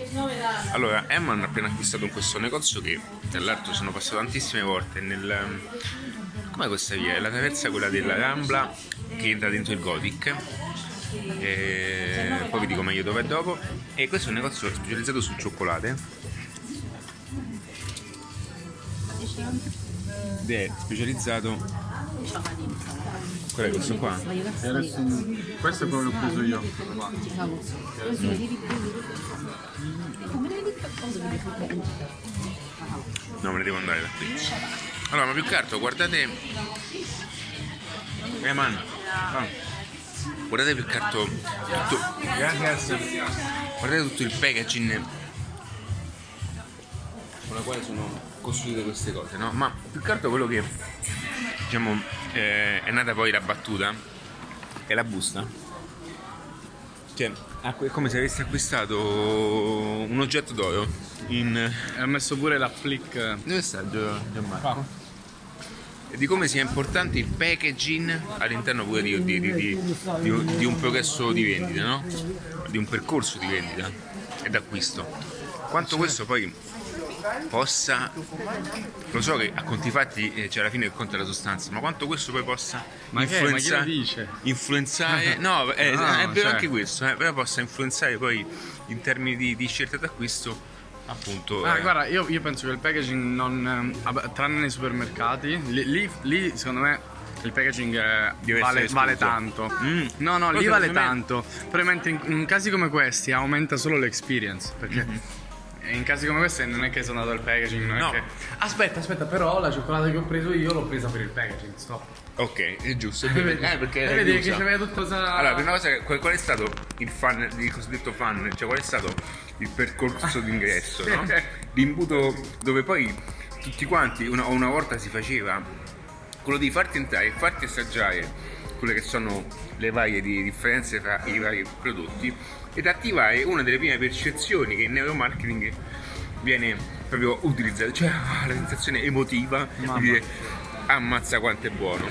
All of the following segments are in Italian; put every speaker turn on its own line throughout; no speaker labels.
Allora, Emman ha appena acquistato in questo negozio che tra l'altro sono passato tantissime volte nel... Com'è questa via? È la traversa quella della Rambla che entra dentro il Gothic. Poi vi dico meglio dove è dopo. E questo è un negozio specializzato sul cioccolate ed è specializzato. Qual è questo qua?
Questo è quello che ho preso io.
No, me ne devo andare da qui. Allora, ma più che altro, guardate. Man. Guardate più che altro guardate tutto il packaging con la quale sono costruite queste cose, no? Ma più che altro quello che diciamo è nata poi la battuta è la busta. Cioè, è come se avessi acquistato un oggetto d'oro in...
Ha messo pure la flick.
Dove sta Gianmarco? E di come sia importante il packaging all'interno pure di un progresso di vendita, no? Di un percorso di vendita e d'acquisto. Quanto questo poi possa, lo so che a conti fatti cioè alla fine il conto è la sostanza, ma quanto questo poi possa influenzare, no, è vero
cioè.
Anche questo, però possa influenzare poi in termini di scelta d'acquisto. Appunto,
guarda, io penso che il packaging non. Tranne nei supermercati, lì secondo me il packaging vale tanto. No, lì vale tanto. Però mentre in casi come questi aumenta solo l'experience. Perché in casi come questi non è che sono andato al packaging, non è che. Aspetta, però la cioccolata che ho preso io l'ho presa per il packaging, stop.
Ok, è giusto. Perché
vedi che c'aveva tutta cosa.
Allora, prima cosa, qual è stato il cosiddetto fan? Cioè, qual è stato il percorso d'ingresso, no? L'imbuto dove poi tutti quanti una volta si faceva quello di farti entrare e farti assaggiare quelle che sono le varie differenze tra i vari prodotti ed attivare una delle prime percezioni che in neuromarketing viene proprio utilizzata, cioè la sensazione emotiva di dire ammazza quanto è buono.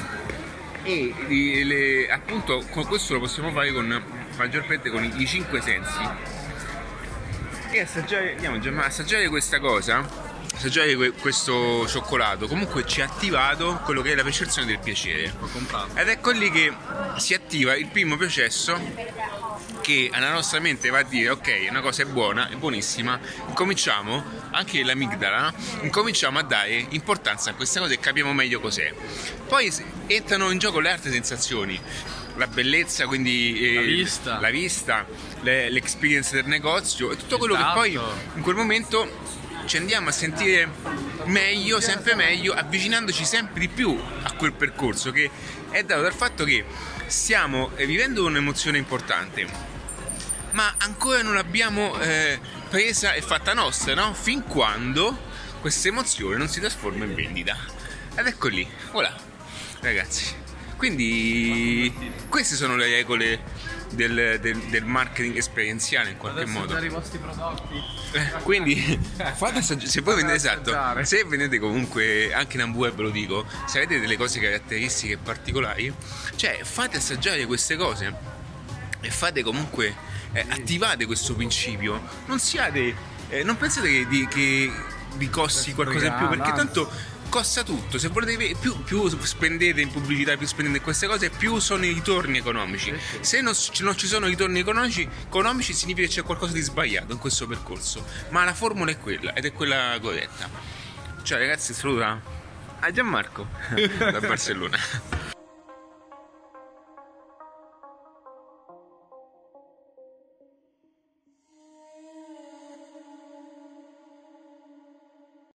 E appunto con questo lo possiamo fare con maggiormente con i 5 sensi e assaggiare questa cosa, assaggiare questo cioccolato comunque ci ha attivato quello che è la percezione del piacere. Ed ecco lì che si attiva il primo processo che alla nostra mente va a dire ok, una cosa è buona, è buonissima, incominciamo, anche l'amigdala, incominciamo a dare importanza a questa cosa e capiamo meglio cos'è. Poi entrano in gioco le altre sensazioni, la bellezza, quindi la vista, l'experience del negozio e tutto quello che poi in quel momento ci andiamo a sentire meglio, sempre meglio, avvicinandoci sempre di più a quel percorso che è dato dal fatto che stiamo vivendo un'emozione importante, ma ancora non l'abbiamo presa e fatta nostra, no? Fin quando questa emozione non si trasforma in vendita. Ed ecco lì, voilà, ragazzi. Quindi queste sono le regole del marketing esperienziale in qualche modo.
I vostri prodotti.
Quindi fate assaggiare, se voi vendete, se vendete comunque anche in Ambu, ve lo dico, se avete delle cose caratteristiche particolari, cioè fate assaggiare queste cose e fate comunque attivate questo principio. Non pensate che vi costi qualcosa in più, perché tanto costa tutto. Se volete più spendete in pubblicità, più spendete in queste cose, più sono i ritorni economici. Se non ci sono ritorni economici significa che c'è qualcosa di sbagliato in questo percorso. Ma la formula è quella ed è quella corretta. Ciao ragazzi, saluta a Gianmarco da Barcellona.